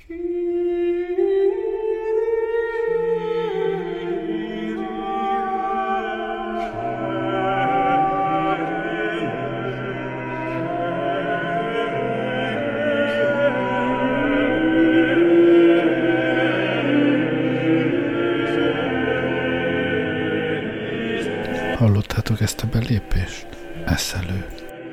Hallottátok ezt a belépést? Eszelő.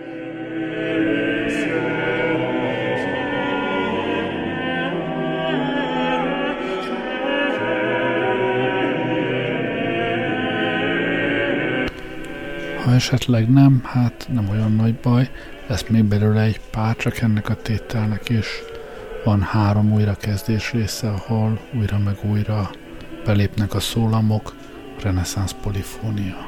Ha esetleg nem, hát nem olyan nagy baj, lesz még belőle egy pár, csak ennek a tételnek is van 3 újrakezdés része, ahol újra meg újra belépnek a szólamok, reneszánsz polifónia.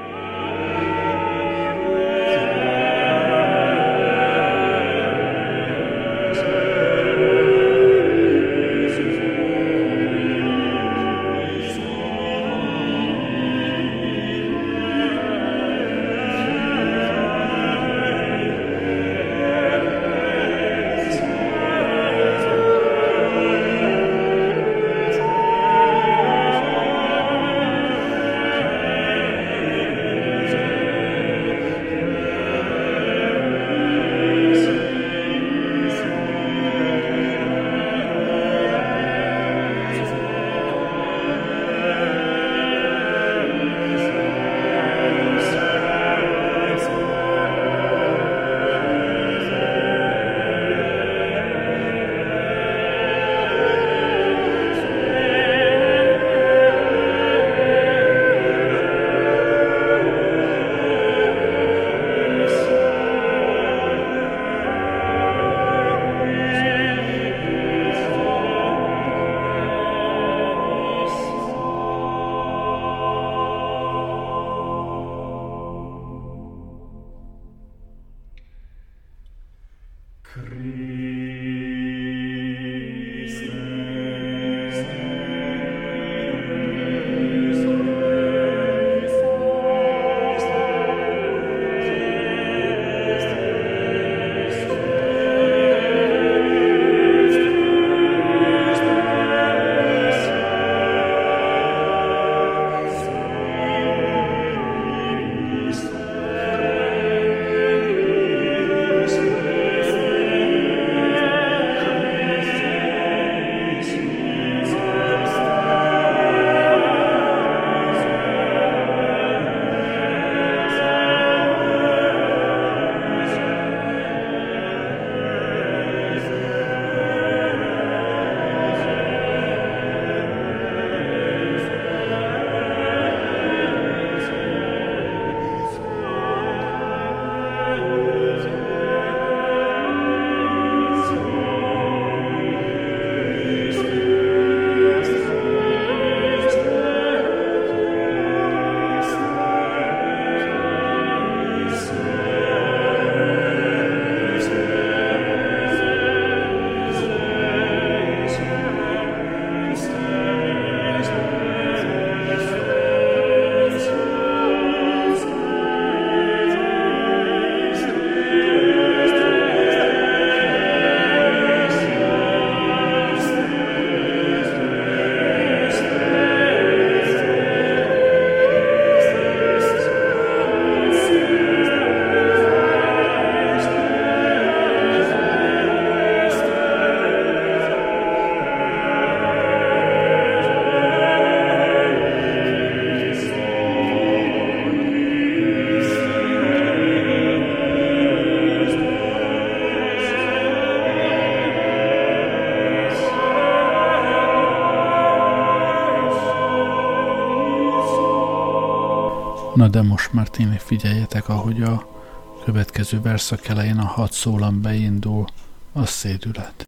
Na de most már tényleg figyeljetek, ahogy a következő verszak elején a 6 szólam beindul, a szédület.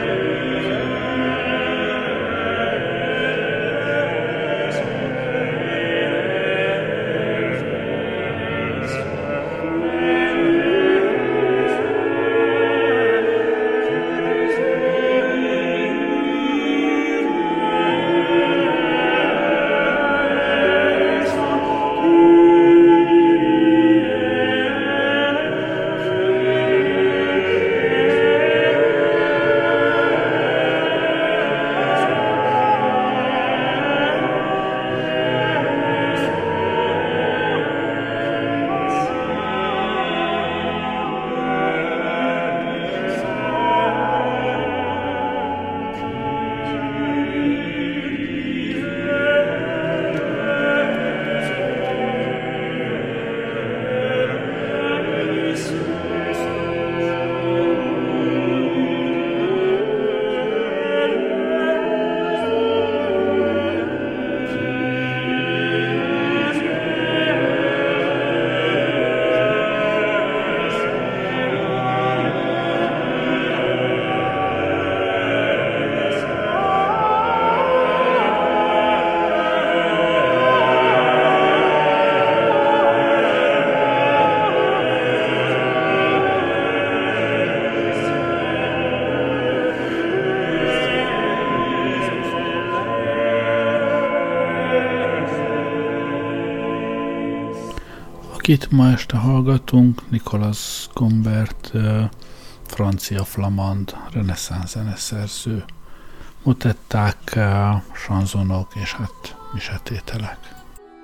Akit ma este hallgatunk, Nicolas Gombert, francia-flamand reneszánsz zeneszerző. Motetták, sanzonok és hát misetételek.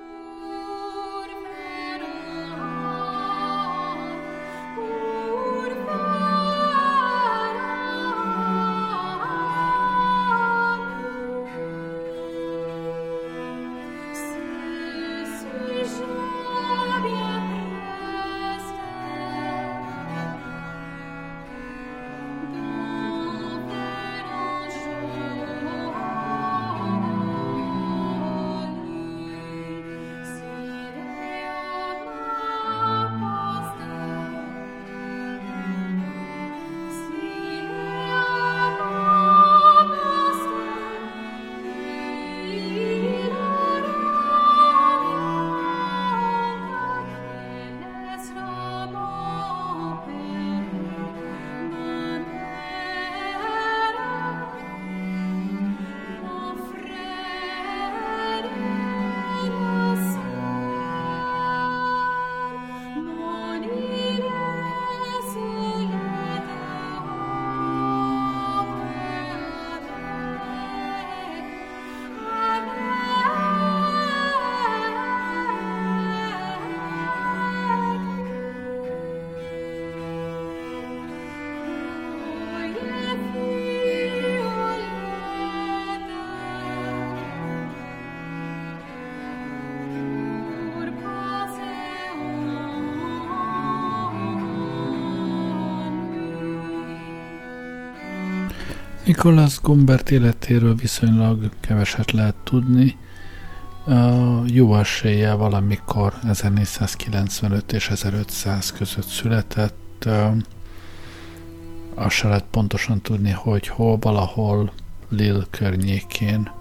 Nicolas Gombert életéről viszonylag keveset lehet tudni. Jó eséllyel valamikor 1495 és 1500 között született. Azt se lehet pontosan tudni, hogy hol, valahol Lille környékén.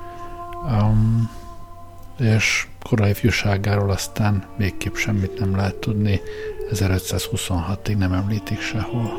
És korai ifjúságáról aztán végképp semmit nem lehet tudni. 1526-ig nem említik sehol.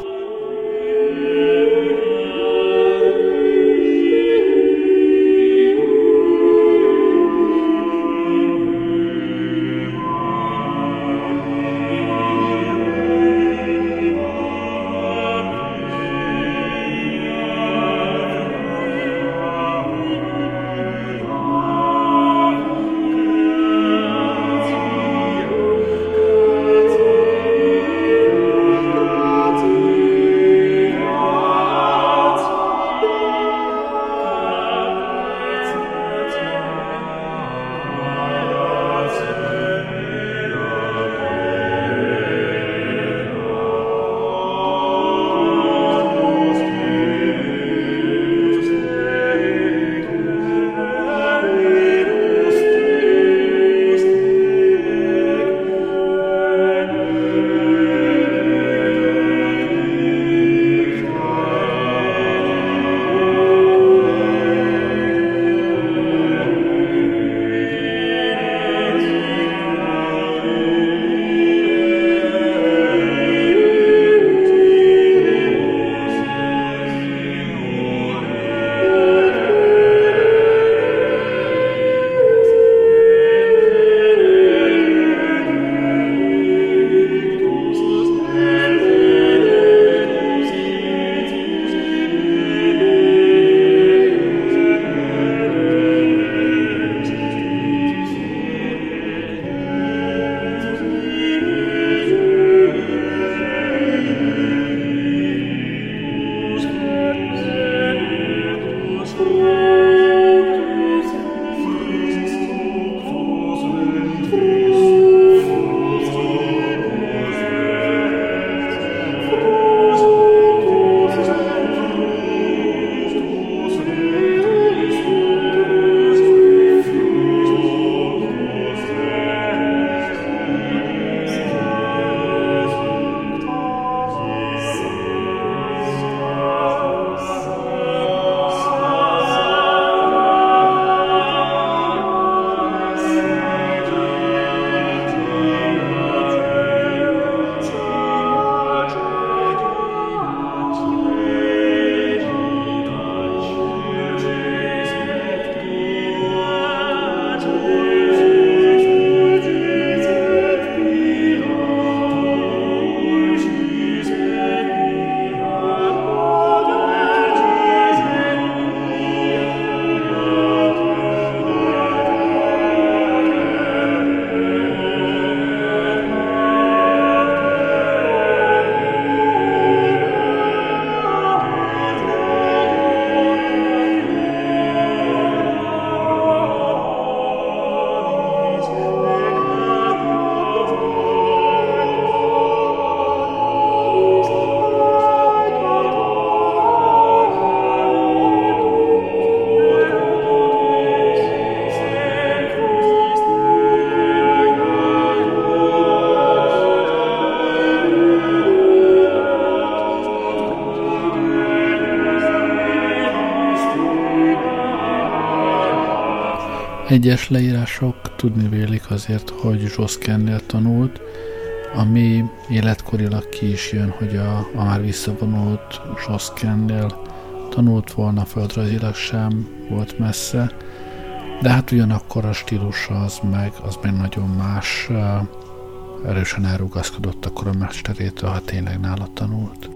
Egyes leírások tudni vélik azért, hogy Zsoszkennél tanult, ami életkorilag ki is jön, hogy a már visszavonult Zsoszkennél tanult volna, földrajzilag sem volt messze, de hát ugyanakkor a stílusa az meg nagyon más, erősen elrugaszkodott akkor a mesterétől, ha tényleg nála tanult.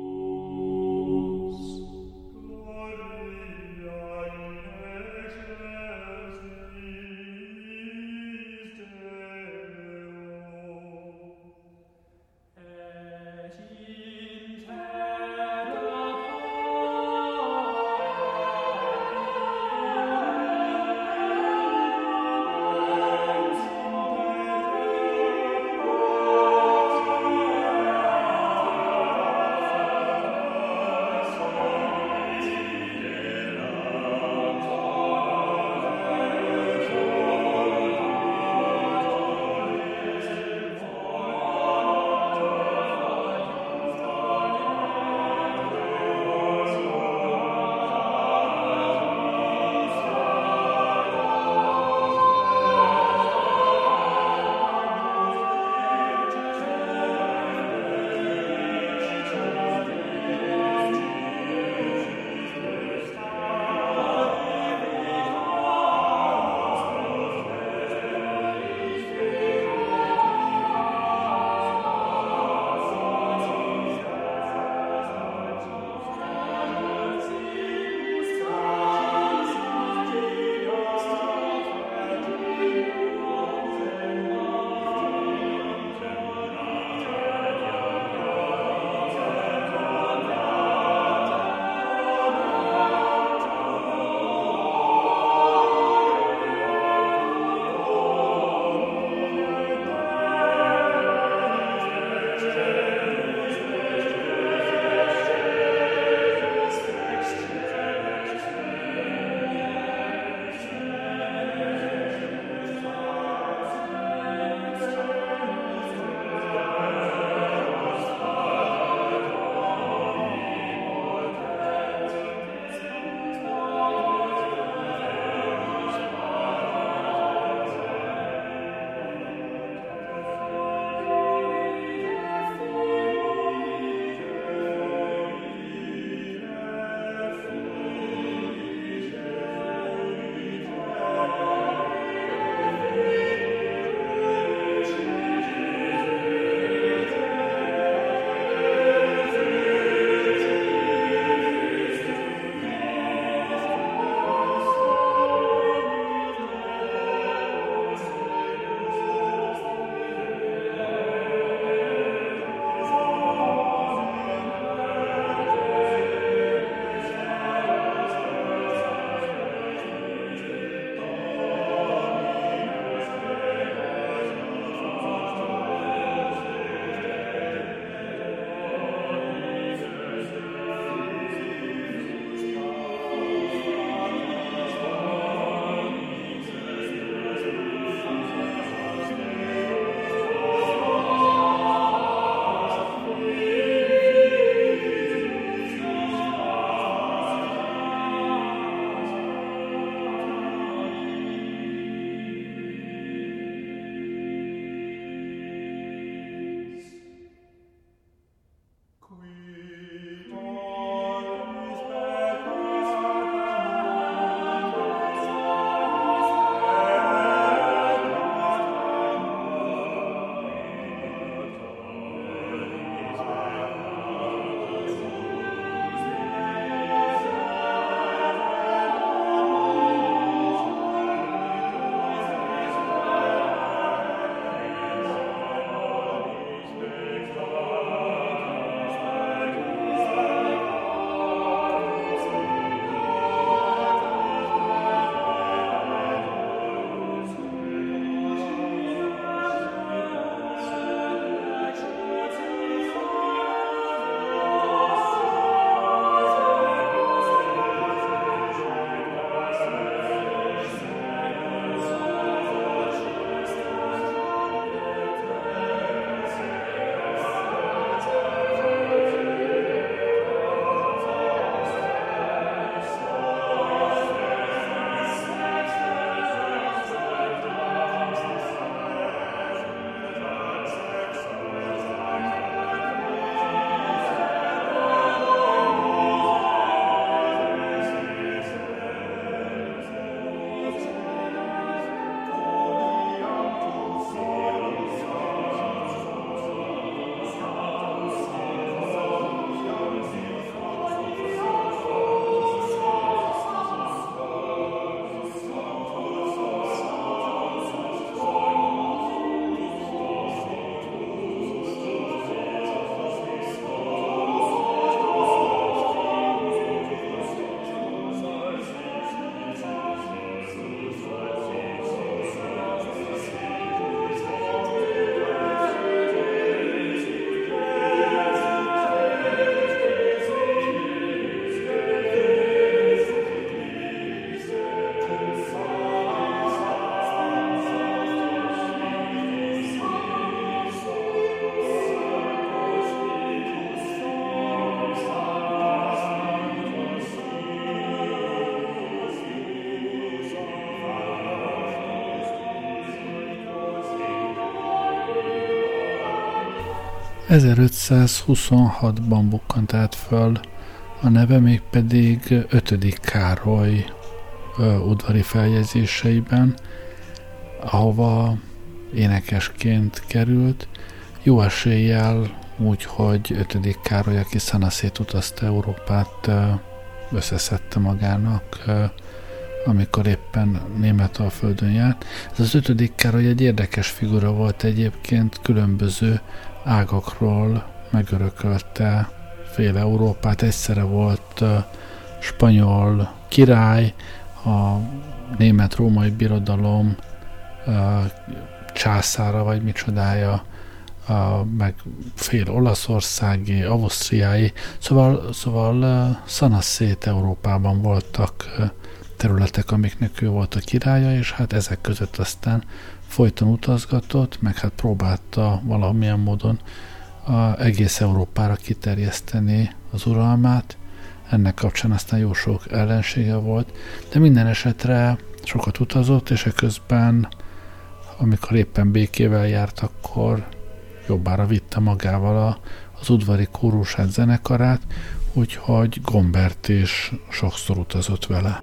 1526-ban bukkant át föl a neve, mégpedig 5. Károly udvari feljegyzéseiben, ahova énekesként került, jó eséllyel úgy, hogy 5. Károly, aki szanaszét utazta Európát, összeszedte magának, amikor éppen Németalföldön járt. Ez az 5. Károly egy érdekes figura volt egyébként, különböző ágakról megörökölte fél Európát. Egyszerre volt spanyol király, a német-római birodalom császára, vagy micsodája, meg fél olaszországi, ausztriái, szóval szanaszét Európában voltak területek, amiknek ő volt a királya, és hát ezek között aztán folyton utazgatott, meg hát próbálta valamilyen módon egész Európára kiterjeszteni az uralmát. Ennek kapcsán aztán jó sok ellensége volt, de minden esetre sokat utazott, és eközben, amikor éppen békével járt, akkor jobbára vitte magával az udvari kórusát, zenekarát, úgyhogy Gombert is sokszor utazott vele.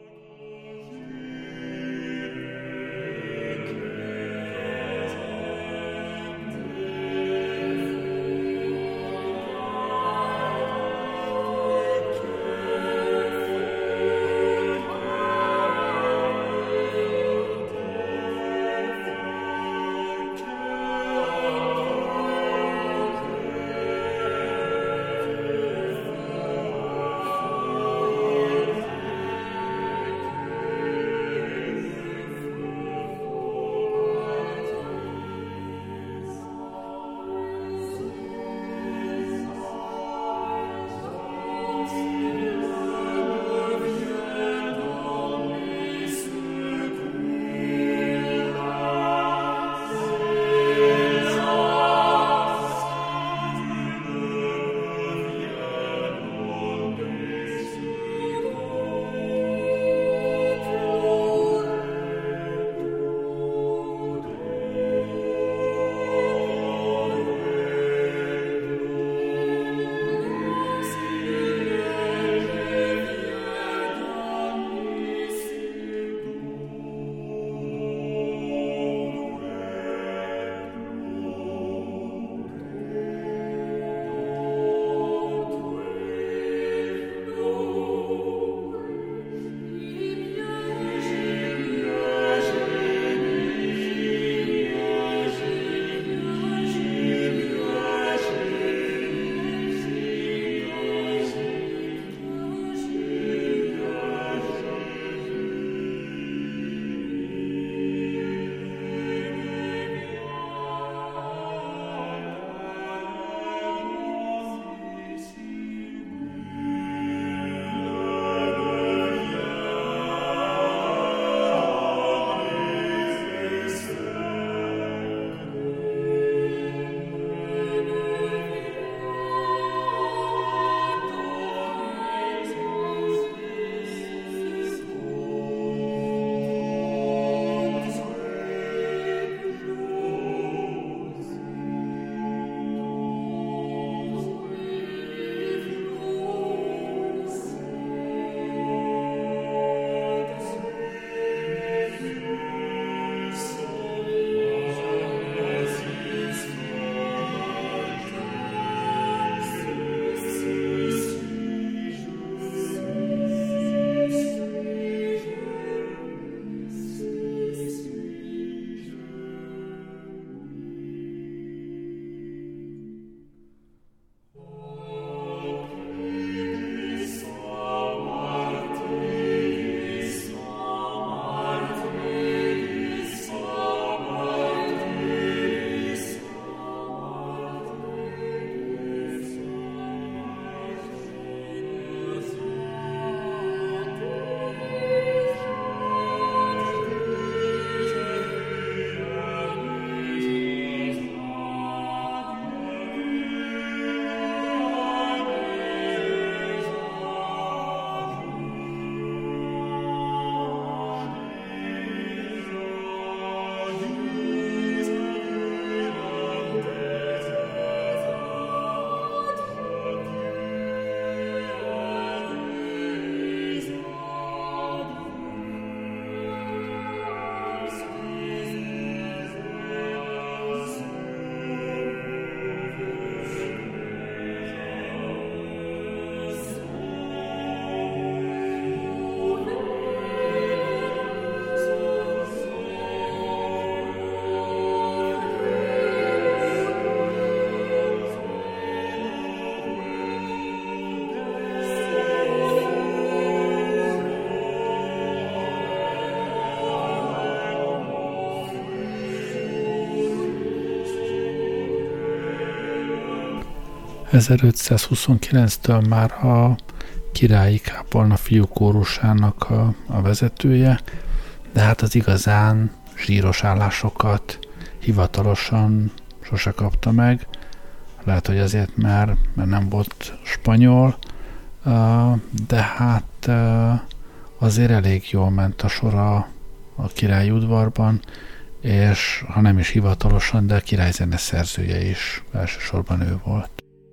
1529-től már a királyi kápolna fiúkórusának a vezetője, de hát az igazán zsíros állásokat hivatalosan sose kapta meg. Lehet, hogy azért, mert nem volt spanyol, de hát azért elég jól ment a sora a királyi udvarban, és ha nem is hivatalosan, de a királyzene szerzője is elsősorban ő volt.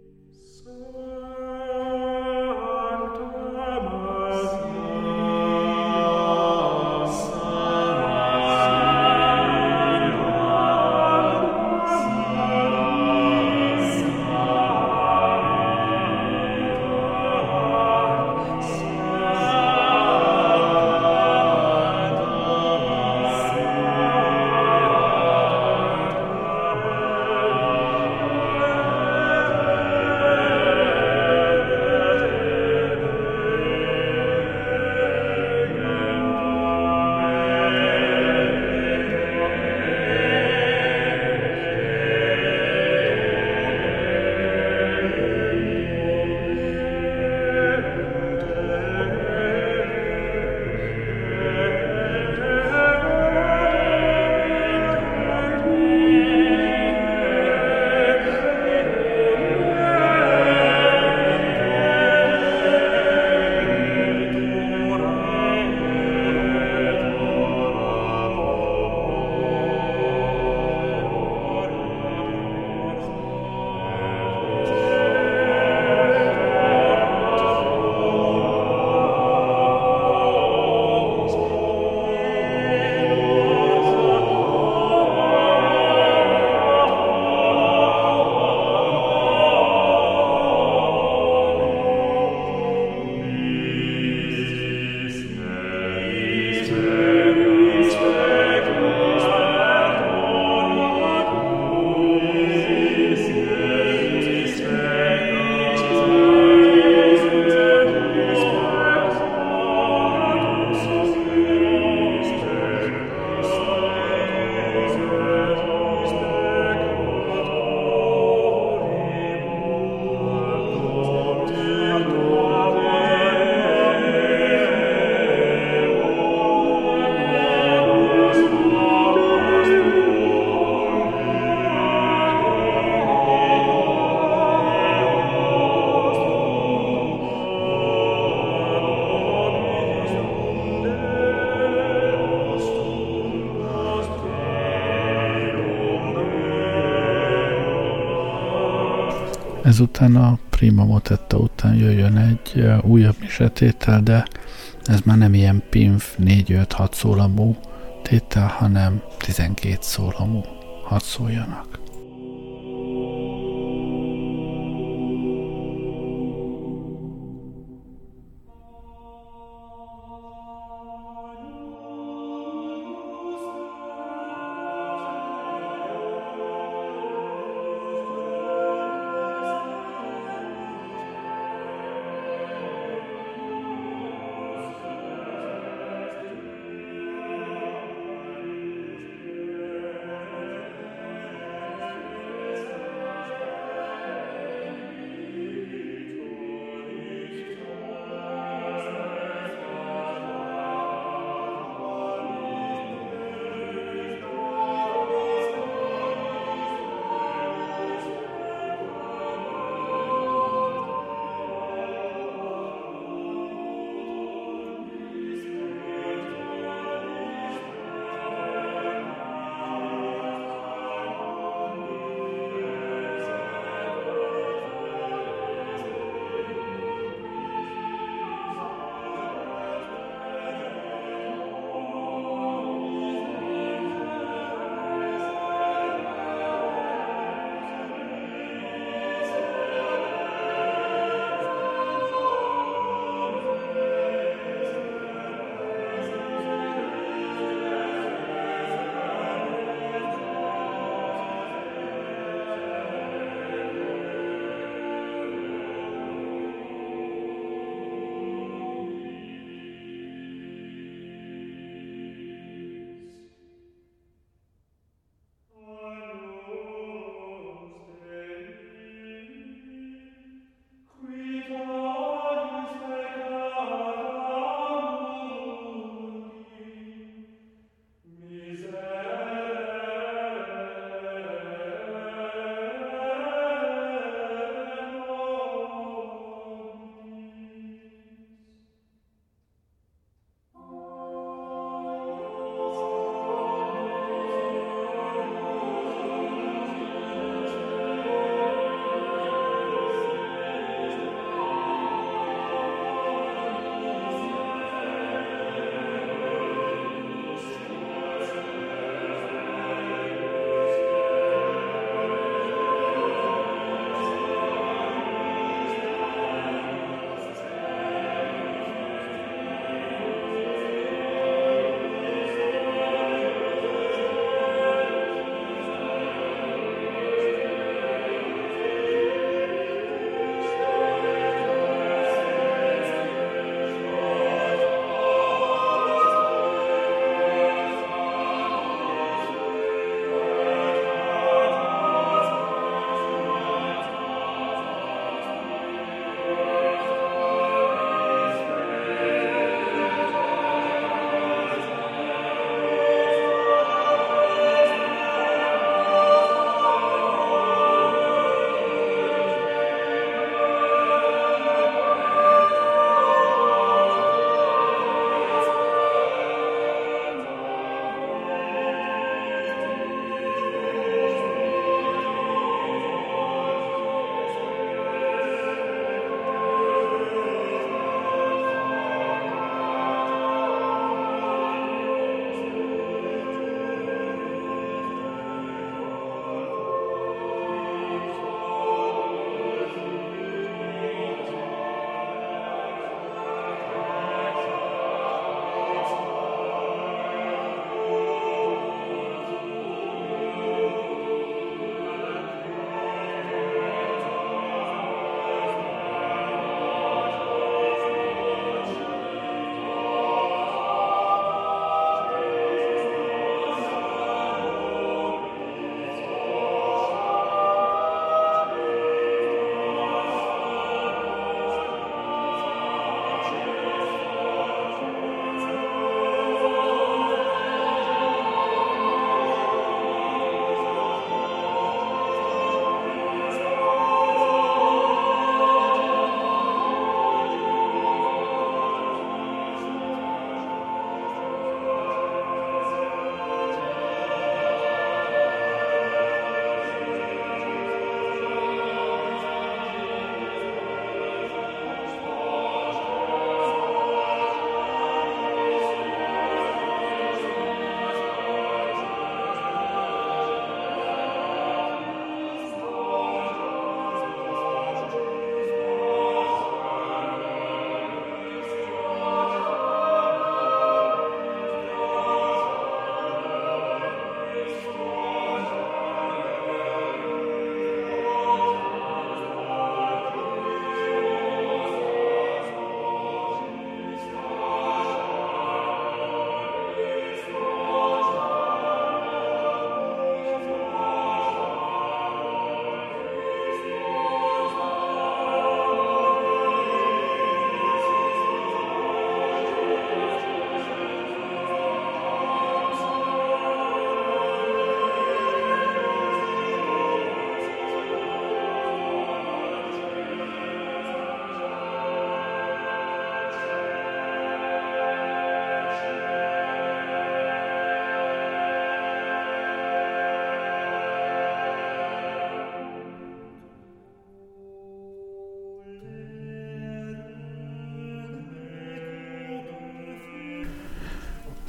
Ezután a Prima Motetta után jöjjön egy újabb misetétel, de ez már nem ilyen pimf 4-5-6 szólamú tétel, hanem 12 szólamú. Hadd szóljanak.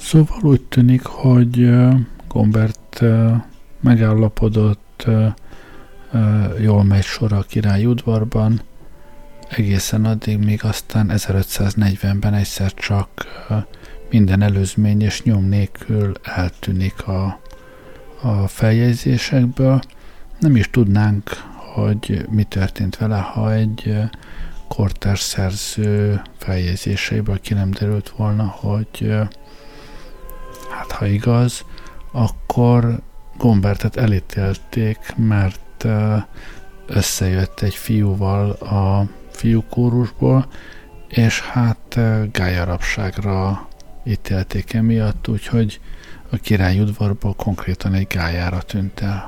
Szóval úgy tűnik, hogy Gombert megállapodott, jól megy sor a királyi udvarban, egészen addig, míg aztán 1540-ben egyszer csak minden előzmény és nyom nélkül eltűnik a feljegyzésekből. Nem is tudnánk, hogy mi történt vele, ha egy kortárs szerző feljegyzéseiből ki nem derült volna, hogy hát ha igaz, akkor Gombertet elítélték, mert összejött egy fiúval a fiúkórusból, és hát gályarabságra ítélték emiatt, úgyhogy a király udvarból konkrétan egy gályára tűnt el.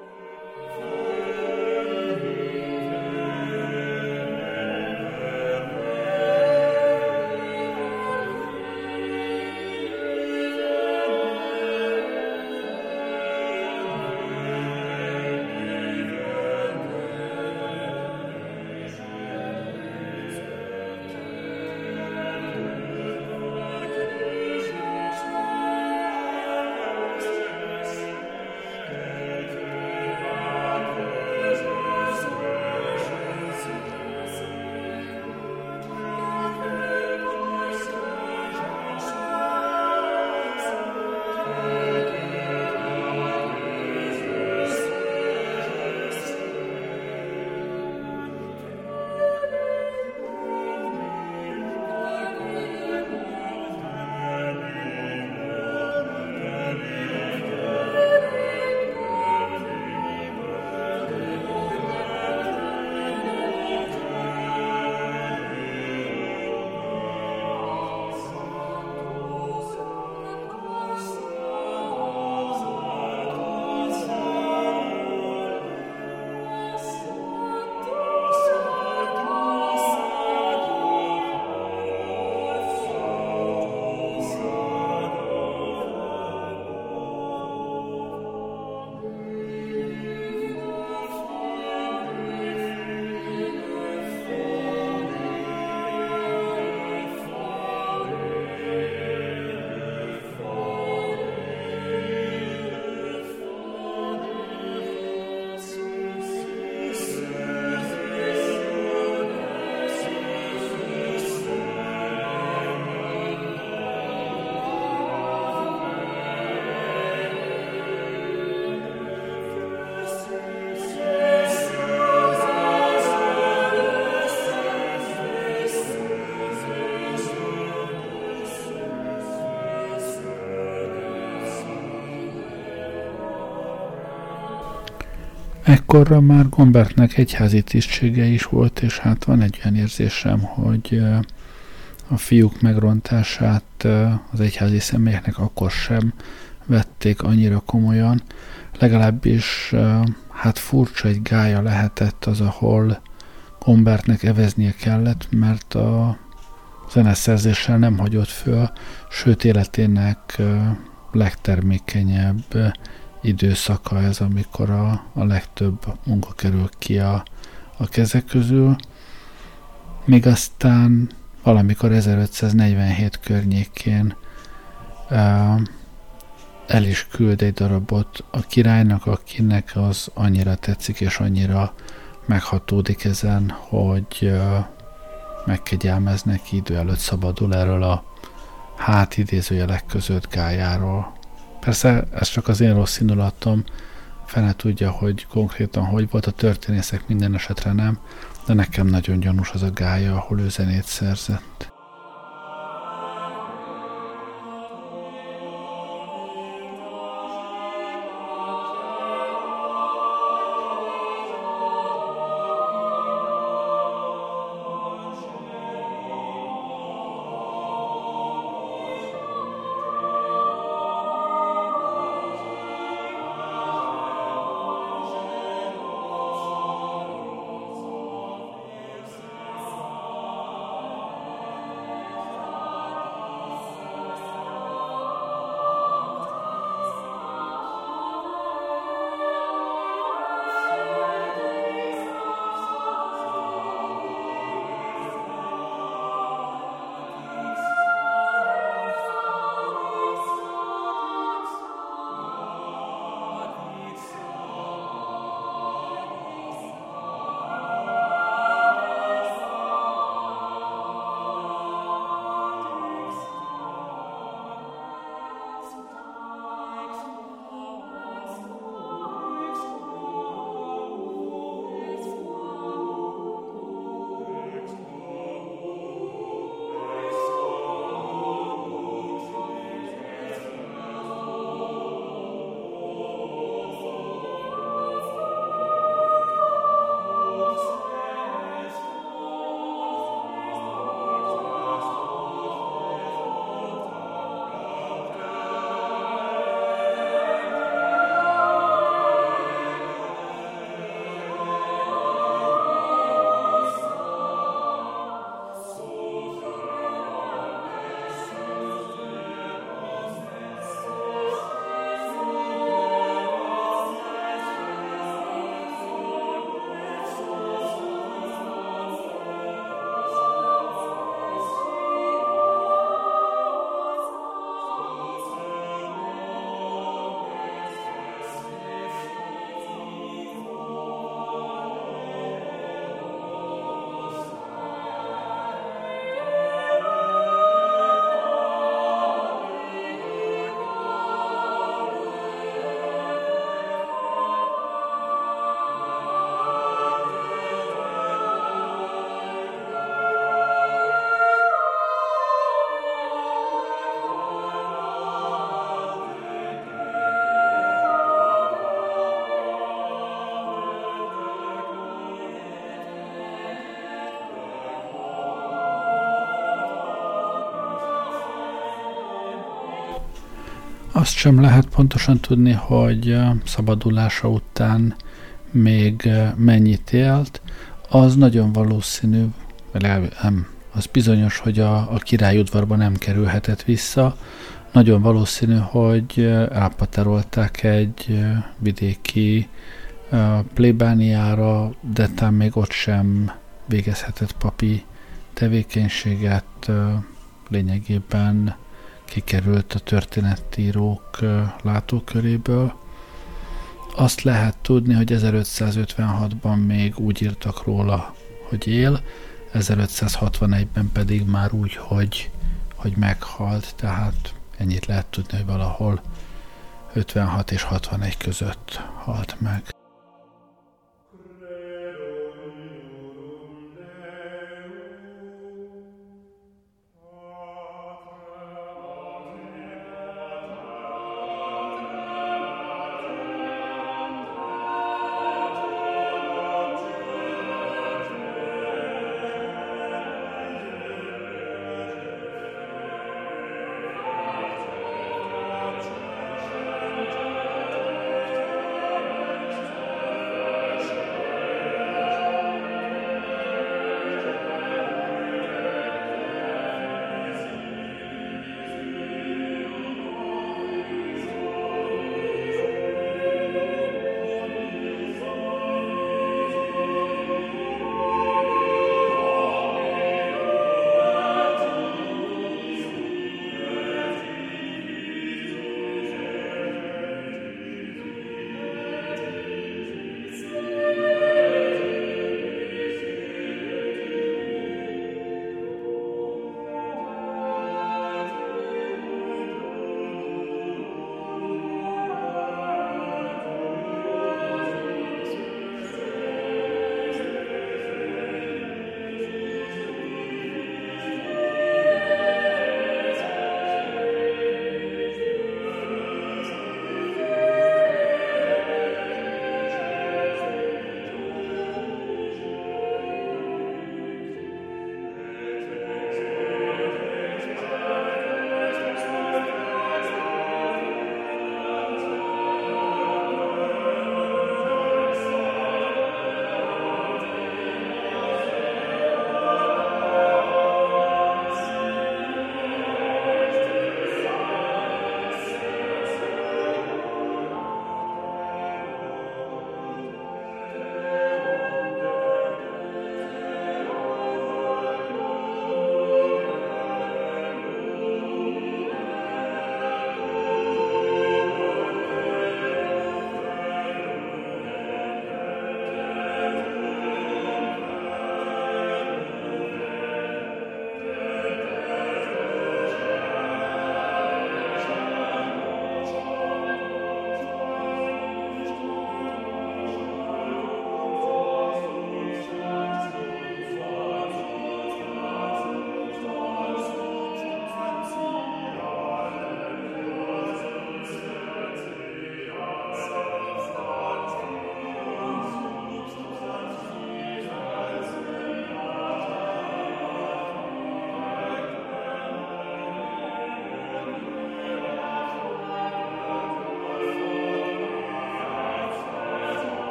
Ekkorra már Gombertnek egyházi tisztsége is volt, és hát van egy olyan érzésem, hogy a fiúk megrontását az egyházi személyeknek akkor sem vették annyira komolyan. Legalábbis hát furcsa egy gálya lehetett az, ahol Gombertnek eveznie kellett, mert a zeneszerzéssel nem hagyott föl, sőt életének legtermékenyebb időszaka ez, amikor a legtöbb munka kerül ki a kezek közül. Még aztán valamikor 1547 környékén el is küld egy darabot a királynak, akinek az annyira tetszik, és annyira meghatódik ezen, hogy megkegyelmez neki, idő előtt szabadul erről a idézőjelek között gályáról. Persze ez csak az én rossz indulatom, fene tudja, hogy konkrétan hogy volt, a történészek minden esetre nem, de nekem nagyon gyanús az a gálya, ahol ő zenét szerzett. Azt sem lehet pontosan tudni, hogy szabadulása után még mennyit élt. Az nagyon valószínű, az bizonyos, hogy a királyudvarba nem kerülhetett vissza. Nagyon valószínű, hogy elpaterolták egy vidéki plébániára, de talán még ott sem végezhetett papi tevékenységet, lényegében kikerült a történetírók látóköréből. Azt lehet tudni, hogy 1556-ban még úgy írtak róla, hogy él, 1561-ben pedig már úgy, hogy meghalt, tehát ennyit lehet tudni, hogy valahol 56 és 61 között halt meg.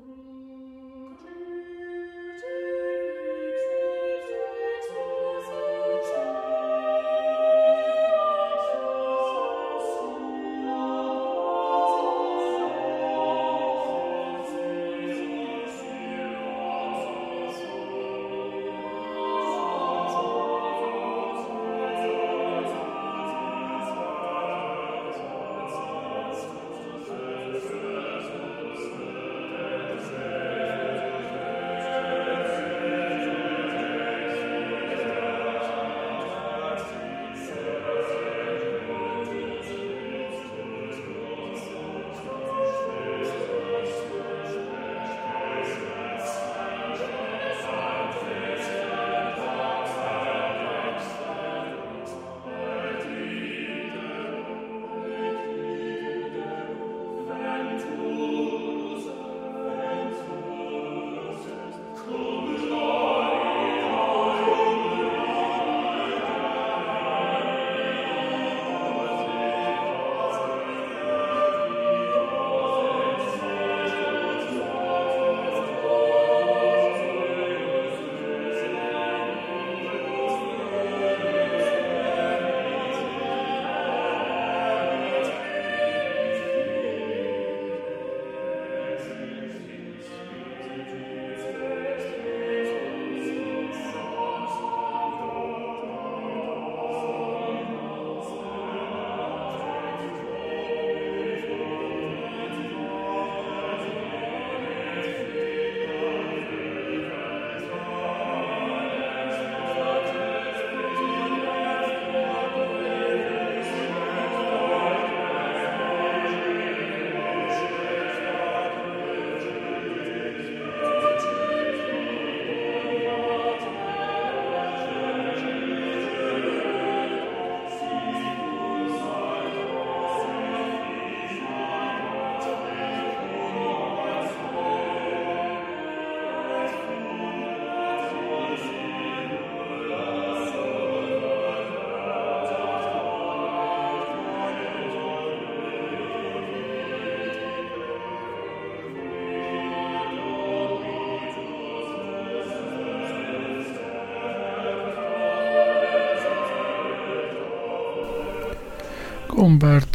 Gombert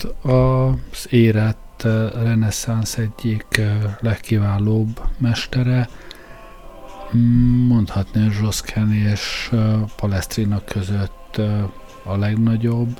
az érett reneszánsz egyik legkiválóbb mestere, mondhatni, hogy Josquin és Palestrina között a legnagyobb.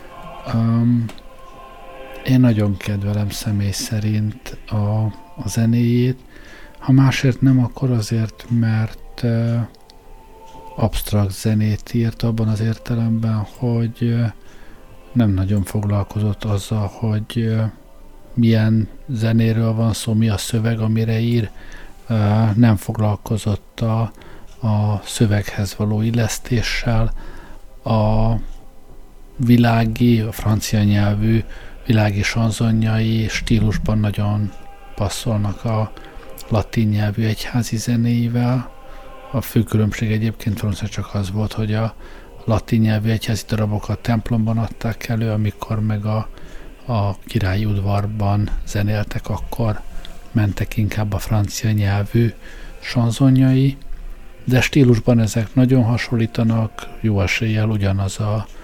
Én nagyon kedvelem személy szerint a zenéjét, ha másért nem, akkor azért, mert absztrakt zenét írt abban az értelemben, hogy nem nagyon foglalkozott azzal, hogy milyen zenéről van szó, mi a szöveg, amire ír, nem foglalkozott a szöveghez való illesztéssel, a világi, a francia nyelvű világi sanzonjai stílusban nagyon passzolnak a latin nyelvű egyházi zenéivel. A fő különbség egyébként valószínűleg csak az volt, hogy a latin nyelvű egyházi darabokat templomban adták elő, amikor meg a királyi udvarban zenéltek, akkor mentek inkább a francia nyelvű sanzonjai, de stílusban ezek nagyon hasonlítanak, jó eséllyel ugyanaz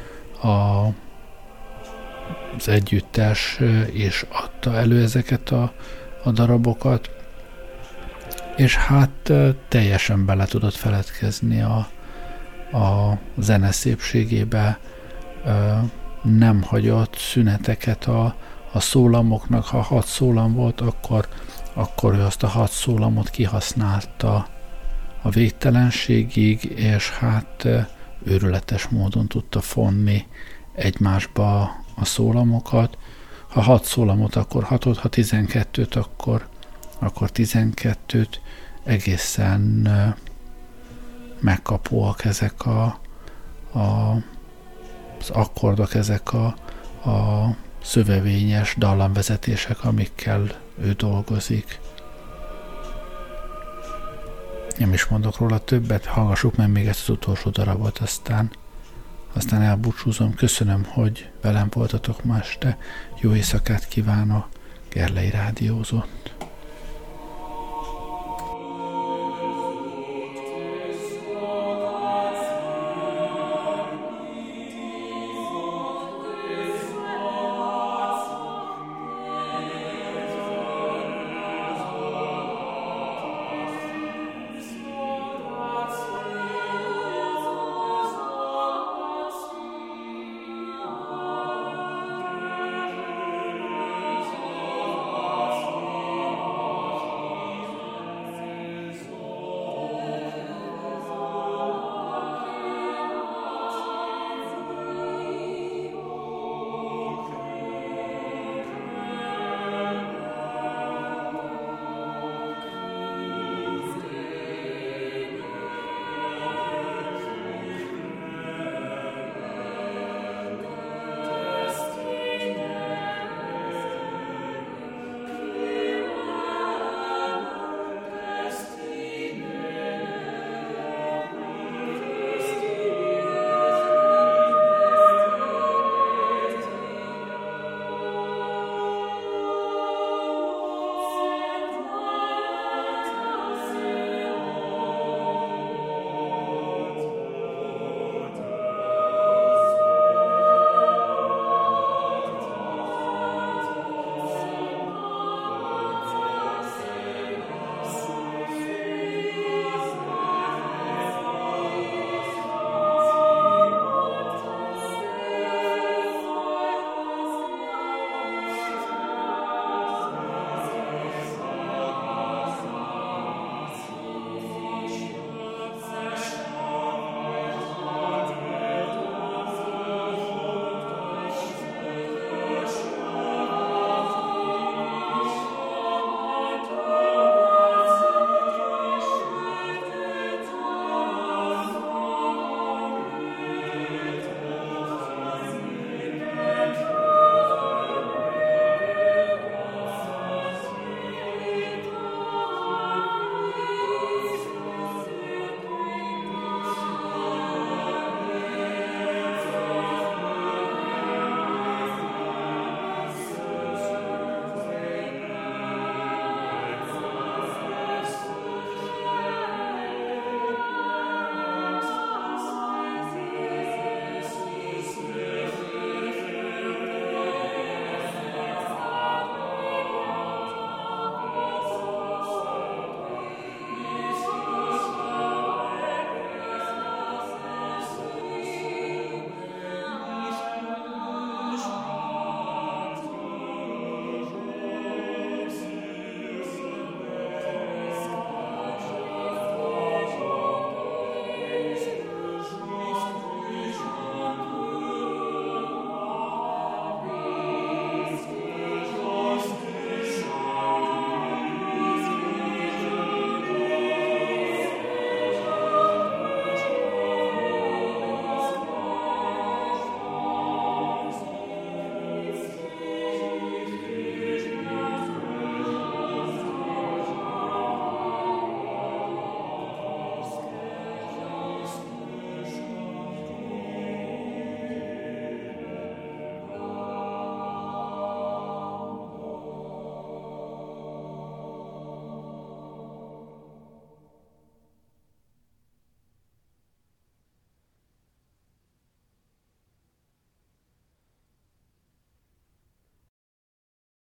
az együttes és adta elő ezeket a darabokat, és hát teljesen bele tudott feledkezni a zene szépségébe, nem hagyott szüneteket a szólamoknak. Ha 6 szólam volt, akkor ő azt a 6 szólamot kihasználta a végtelenségig, és hát őrületes módon tudta fonni egymásba a szólamokat. Ha 6 szólamot, akkor 6-ot, ha 12-t, akkor 12-t. Egészen megkapóak ezek az akkordok, ezek a szövevényes dallamvezetések, amikkel ő dolgozik. Nem is mondok róla többet, hallgassuk meg még ezt az utolsó darabot, aztán elbúcsúzom. Köszönöm, hogy velem voltatok ma este. Jó éjszakát kívánok, Gerlei Rádiózó.